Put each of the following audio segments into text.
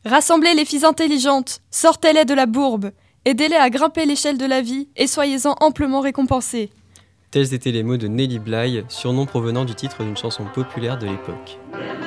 Rassemblez les filles intelligentes, sortez-les de la bourbe, aidez-les à grimper l'échelle de la vie et soyez-en amplement récompensés. Tels étaient les mots de Nellie Bly, surnom provenant du titre d'une chanson populaire de l'époque.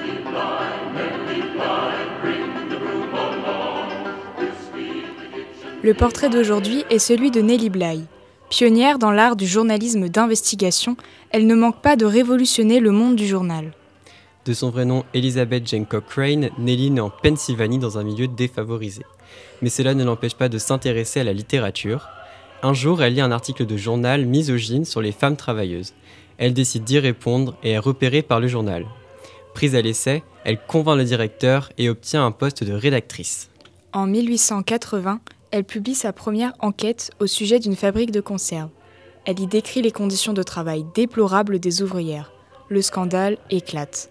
Le portrait d'aujourd'hui est celui de Nellie Bly. Pionnière dans l'art du journalisme d'investigation, elle ne manque pas de révolutionner le monde du journal. De son vrai nom Elizabeth Jane Cochrane, Nellie naît en Pennsylvanie dans un milieu défavorisé. Mais cela ne l'empêche pas de s'intéresser à la littérature. Un jour, elle lit un article de journal misogyne sur les femmes travailleuses. Elle décide d'y répondre et est repérée par le journal. Prise à l'essai, elle convainc le directeur et obtient un poste de rédactrice. En 1880, elle publie sa première enquête au sujet d'une fabrique de conserves. Elle y décrit les conditions de travail déplorables des ouvrières. Le scandale éclate.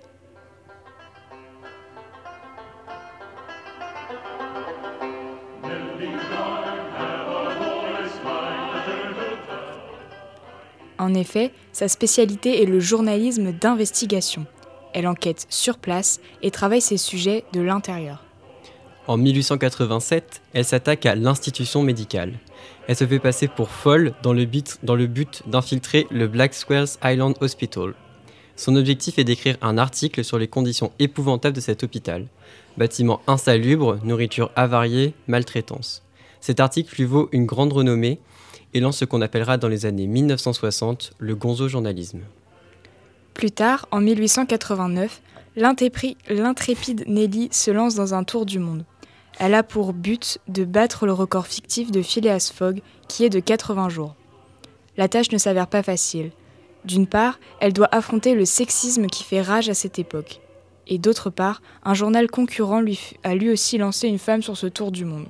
En effet, sa spécialité est le journalisme d'investigation. Elle enquête sur place et travaille ses sujets de l'intérieur. En 1887, elle s'attaque à l'institution médicale. Elle se fait passer pour folle dans le but d'infiltrer le Black Squares Island Hospital. Son objectif est d'écrire un article sur les conditions épouvantables de cet hôpital. Bâtiments insalubres, nourriture avariée, maltraitance. Cet article lui vaut une grande renommée et lance ce qu'on appellera dans les années 1960 le gonzo-journalisme. Plus tard, en 1889, l'intrépide Nellie se lance dans un tour du monde. Elle a pour but de battre le record fictif de Phileas Fogg, qui est de 80 jours. La tâche ne s'avère pas facile. D'une part, elle doit affronter le sexisme qui fait rage à cette époque. Et d'autre part, un journal concurrent a lui aussi lancé une femme sur ce tour du monde.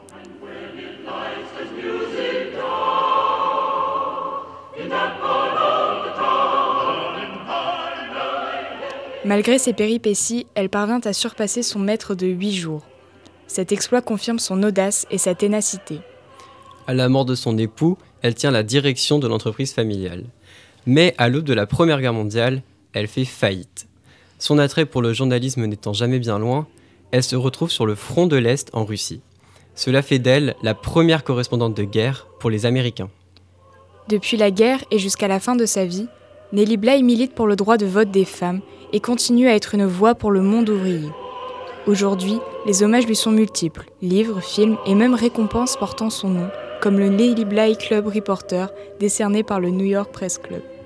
Malgré ses péripéties, elle parvint à surpasser son maître de 8 jours. Cet exploit confirme son audace et sa ténacité. À la mort de son époux, elle tient la direction de l'entreprise familiale. Mais à l'aube de la Première Guerre mondiale, elle fait faillite. Son attrait pour le journalisme n'étant jamais bien loin, elle se retrouve sur le front de l'Est en Russie. Cela fait d'elle la première correspondante de guerre pour les Américains. Depuis la guerre et jusqu'à la fin de sa vie, Nellie Bly milite pour le droit de vote des femmes et continue à être une voix pour le monde ouvrier. Aujourd'hui, les hommages lui sont multiples, livres, films et même récompenses portant son nom, comme le Nellie Bly Club Reporter décerné par le New York Press Club.